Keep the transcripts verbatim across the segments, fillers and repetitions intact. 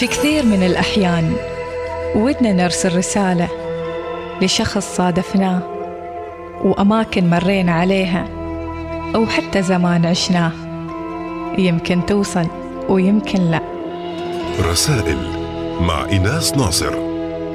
في كثير من الأحيان ودنا نرسل رسالة لشخص صادفناه وأماكن مرينا عليها أو حتى زمان عشناه، يمكن توصل ويمكن لا. رسائل مع إيناس ناصر.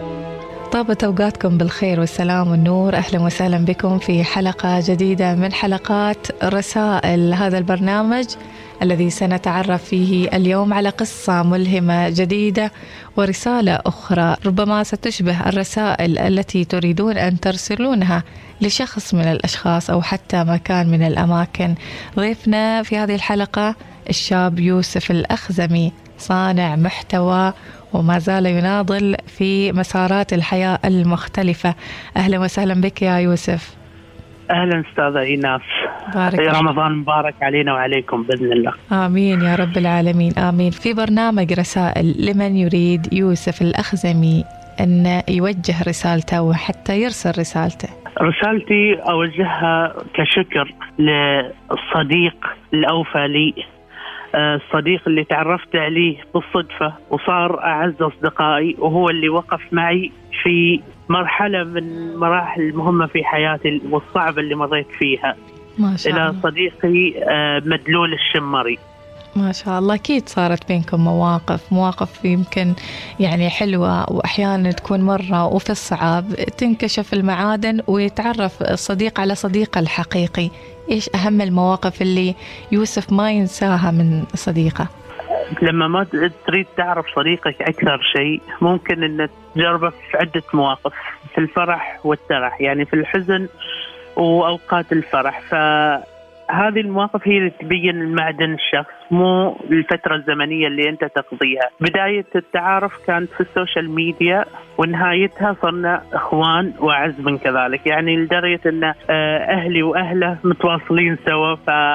طابت أوقاتكم بالخير والسلام والنور، أهلا وسهلا بكم في حلقة جديدة من حلقات رسائل، هذا البرنامج الذي سنتعرف فيه اليوم على قصة ملهمة جديدة ورسالة أخرى ربما ستشبه الرسائل التي تريدون أن ترسلونها لشخص من الأشخاص أو حتى مكان من الأماكن. ضيفنا في هذه الحلقة الشاب يوسف الأخزمي، صانع محتوى وما زال يناضل في مسارات الحياة المختلفة. أهلا وسهلا بك يا يوسف. أهلا أستاذة إيناس، رمضان مبارك علينا وعليكم بإذن الله. آمين يا رب العالمين، آمين. في برنامج رسائل لمن يريد يوسف الأخزمي أن يوجه رسالته وحتى يرسل رسالته. رسالتي أوجهها كشكر للصديق الأوفى لي، الصديق اللي تعرفت عليه بالصدفة وصار أعز أصدقائي، وهو اللي وقف معي في مرحلة من مراحل المهمة في حياتي والصعبة اللي مريت فيها. ما شاء الله. إلى صديقي مدلول الشمري. ما شاء الله، أكيد صارت بينكم مواقف مواقف يمكن يعني حلوة، وأحيانا تكون مرة وفي الصعاب تنكشف المعادن ويتعرف الصديق على صديقه الحقيقي. إيش أهم المواقف اللي يوسف ما ينساها من صديقه؟ لما ما تريد تعرف صديقك أكثر شيء ممكن أن تجربه في عدة مواقف، في الفرح والترح، يعني في الحزن وأوقات الفرح. فهذه المواقف هي اللي تبين المعدن الشخص، مو الفترة الزمنية اللي أنت تقضيها. بداية التعارف كانت في السوشيال ميديا ونهايتها صرنا إخوان وأعز من كذلك، يعني لدرجة أن أهلي وأهله متواصلين سوا،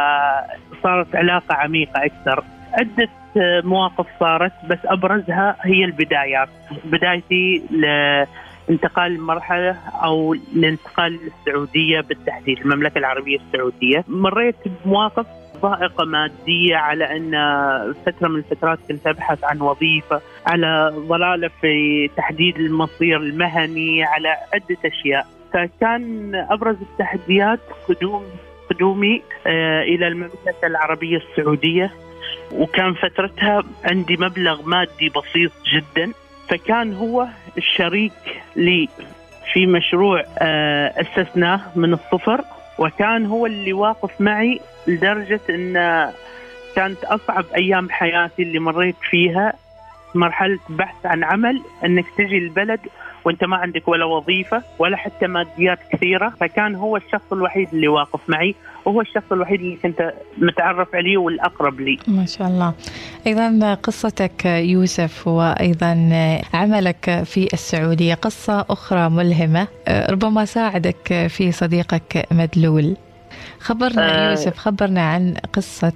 فصارت علاقة عميقة أكثر. عدة مواقف صارت، بس أبرزها هي البدايات. بدايتي لانتقال المرحلة أو الانتقال للسعودية بالتحديد، المملكة العربية السعودية. مريت بمواقف ضائقة مادية، على أن فترة من الفترات كنت أبحث عن وظيفة، على ضلالة في تحديد المصير المهني، على عدة أشياء. فكان أبرز التحديات قدوم قدومي إلى المملكة العربية السعودية، وكان فترتها عندي مبلغ مادي بسيط جدا. فكان هو الشريك لي في مشروع أسسناه من الصفر، وكان هو اللي واقف معي لدرجة أن كانت أصعب أيام حياتي اللي مريت فيها، مرحلة بحث عن عمل، أنك تجي البلد وانت ما عندك ولا وظيفة ولا حتى ماديات كثيرة. فكان هو الشخص الوحيد اللي واقف معي، وهو الشخص الوحيد اللي كنت متعرف عليه والأقرب لي. ما شاء الله. أيضا قصتك يوسف وأيضا عملك في السعودية قصة أخرى ملهمة، ربما ساعدك في صديقك مدلول. خبرنا يوسف، خبرنا عن قصة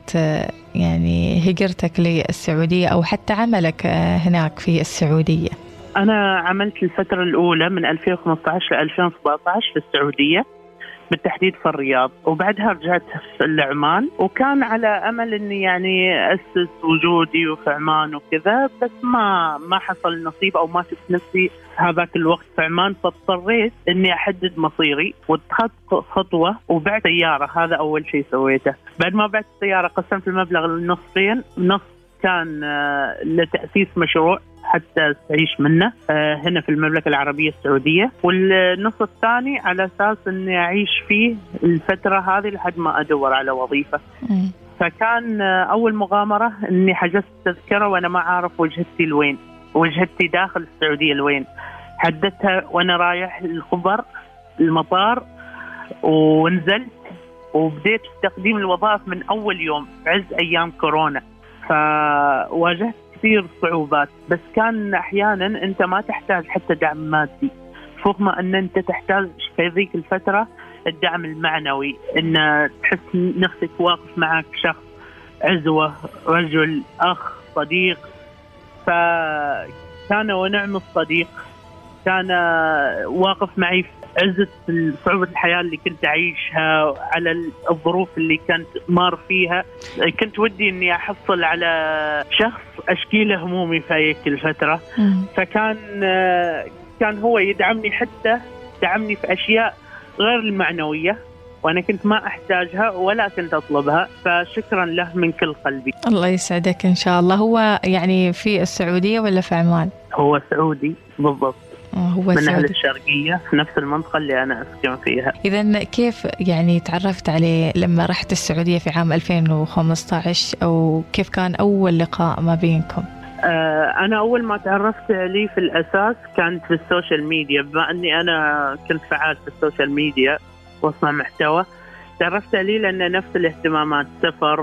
يعني هجرتك للسعودية أو حتى عملك هناك في السعودية. أنا عملت الفترة الأولى من ألفين وخمسة عشر ل ألفين وسبعة عشر في السعودية، بالتحديد في الرياض، وبعدها رجعت في العمان، وكان على أمل إني يعني أسس وجودي في عمان وكذا، بس ما ما حصل نصيب أو ما شفت نفسي هذاك الوقت في عمان. فاضطريت إني أحدد مصيري واتخذت خطوة وبعت سيارة. هذا أول شيء سويته. بعد ما بعت السيارة قسمت المبلغ للنصفين، نص كان لتأسيس مشروع حتى تعيش منه هنا في المملكة العربية السعودية، والنص الثاني على أساس أني أعيش فيه الفترة هذه لحد ما أدور على وظيفة. م. فكان أول مغامرة أني حجزت تذكرة وأنا ما عارف وجهتي لوين، وجهتي داخل السعودية لوين. حددتها وأنا رايح الخبر المطار، ونزلت وبديت في تقديم الوظائف من أول يوم عز أيام كورونا. فواجهت كثير صعوبات، بس كان أحيانا أنت ما تحتاج حتى دعم مادي، فوق ما أن أنت تحتاج في ذيك الفترة الدعم المعنوي، أن تحس نفسك واقف معك شخص، عزوة، رجل، أخ، صديق. فكان ونعم الصديق، كان واقف معي في عزة صعوبة الحياة اللي كنت أعيشها، على الظروف اللي كنت مار فيها. كنت ودي أني أحصل على شخص أشكي له همومي في هيك الفترة. فكان كان هو يدعمني، حتى دعمني في أشياء غير المعنوية وأنا كنت ما أحتاجها ولا كنت أطلبها، فشكرا له من كل قلبي. الله يسعدك إن شاء الله. هو يعني في السعودية ولا في عمان؟ هو سعودي بالضبط، هو من سعودي. أهل الشرقية في نفس المنطقة اللي أنا أسكن فيها. إذن كيف يعني تعرفت عليه لما رحت السعودية في عام ألفين وخمسة عشر، أو كيف كان أول لقاء ما بينكم؟ آه أنا أول ما تعرفت عليه في الأساس كانت في السوشيال ميديا، بما أني أنا كنت فعال في السوشيال ميديا واصنع محتوى. تعرفت عليه لأن نفس الاهتمامات، سفر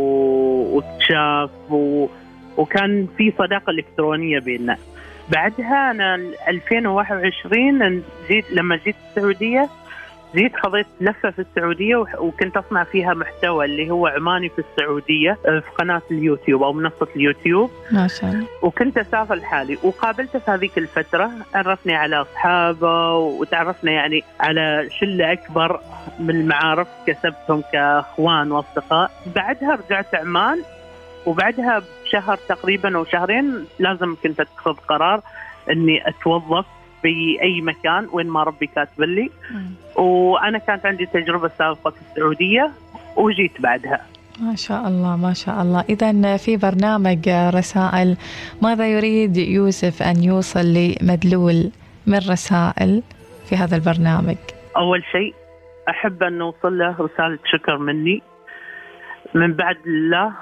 واكتشاف و... وكان في صداقة إلكترونية بيننا. بعدها أنا ألفين وواحد وعشرين جيت، لما جيت السعودية جيت خذيت لفة في السعودية وكنت أصنع فيها محتوى اللي هو عماني في السعودية في قناة اليوتيوب أو منصة اليوتيوب ما شاء الله. وكنت أسافر لحالي، وقابلته في هذيك الفترة، عرفني على أصحابه وتعرفنا يعني على شلة أكبر من المعارف، كسبتهم كأخوان وأصدقاء. بعدها رجعت عمان، وبعدها بشهر تقريبا أو شهرين لازم كنت أتخذ قرار أني أتوظف بأي مكان وين ما ربي كاتب لي. وأنا كانت عندي تجربة سابقة في السعودية وجيت بعدها. ما شاء الله ما شاء الله. إذن في برنامج رسائل، ماذا يريد يوسف أن يوصل لمدلول من رسائل في هذا البرنامج؟ أول شيء أحب أن نوصل له رسالة شكر مني من بعد الله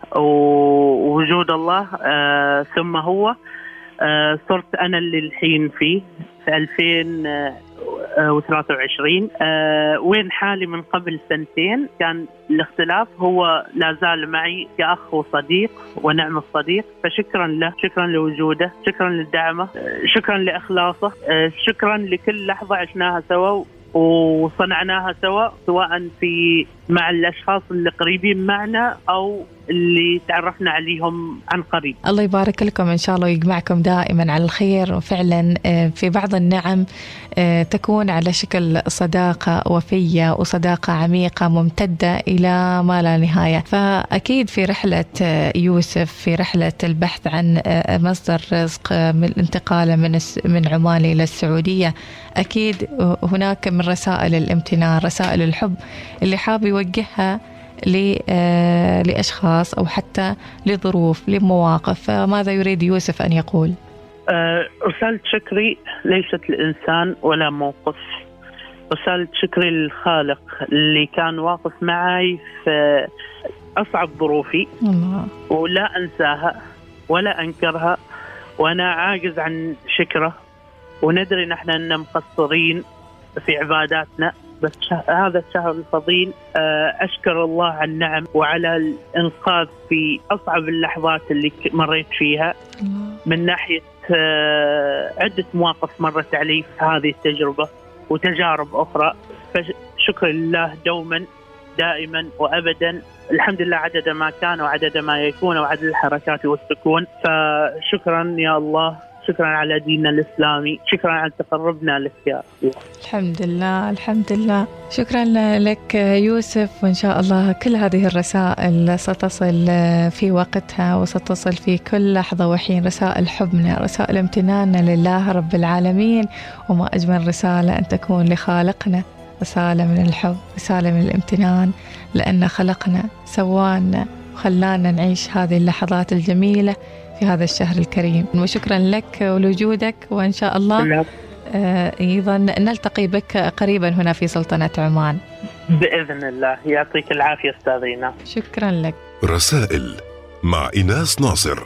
ووجود الله، آه ثم هو آه صرت أنا اللي الحين فيه في ألفين وثلاثة وعشرين. آه وين حالي من قبل سنتين كان الاختلاف، هو لا زال معي كأخ وصديق ونعم الصديق. فشكرا له، شكرا لوجوده، شكرا لدعمه، شكرا لإخلاصه، آه شكرا لكل لحظة عشناها سوا وصنعناها سوا، سواء في مع الأشخاص اللي قريبين معنا أو اللي تعرفنا عليهم عن قريب. الله يبارك لكم إن شاء الله ويجمعكم دائما على الخير. وفعلا في بعض النعم تكون على شكل صداقة وفية وصداقة عميقة ممتدة إلى ما لا نهاية. فأكيد في رحلة يوسف، في رحلة البحث عن مصدر رزق من الانتقال من من عمان إلى السعودية، أكيد هناك من رسائل الامتنان، رسائل الحب اللي حاب يوجهها لأشخاص أو حتى لظروف، لمواقف. فماذا يريد يوسف أن يقول؟ رسالة شكري ليست لإنسان ولا موقف، رسالة شكري للخالق اللي كان واقف معي في أصعب ظروفي الله. ولا أنساها ولا أنكرها، وأنا عاجز عن شكره. وندري نحن أننا مقصرين في عباداتنا، بس هذا الشهر الفضيل أشكر الله على النعم وعلى الإنقاذ في أصعب اللحظات اللي مريت فيها، من ناحية عدة مواقف مرت علي في هذه التجربة وتجارب أخرى. فشكر لله دوما دائما وأبدا، الحمد لله عدد ما كان وعدد ما يكون وعدد الحركات والسكون. فشكرا يا الله، شكرا على ديننا الإسلامي، شكرا على تقربنا لك يا الله. الحمد لله الحمد لله. شكرا لك يوسف، وإن شاء الله كل هذه الرسائل ستصل في وقتها وستصل في كل لحظة وحين. رسائل حبنا، رسائل امتناننا لله رب العالمين، وما أجمل رسالة أن تكون لخالقنا، رسالة من الحب، رسالة من الامتنان، لأن خلقنا سوانا وخلانا نعيش هذه اللحظات الجميلة في هذا الشهر الكريم. وشكرا لك ولوجودك، وإن شاء الله أيضا نلتقي بك قريبا هنا في سلطنة عمان بإذن الله. يعطيك العافية أستاذينا. شكرا لك. رسائل مع إناس ناصر.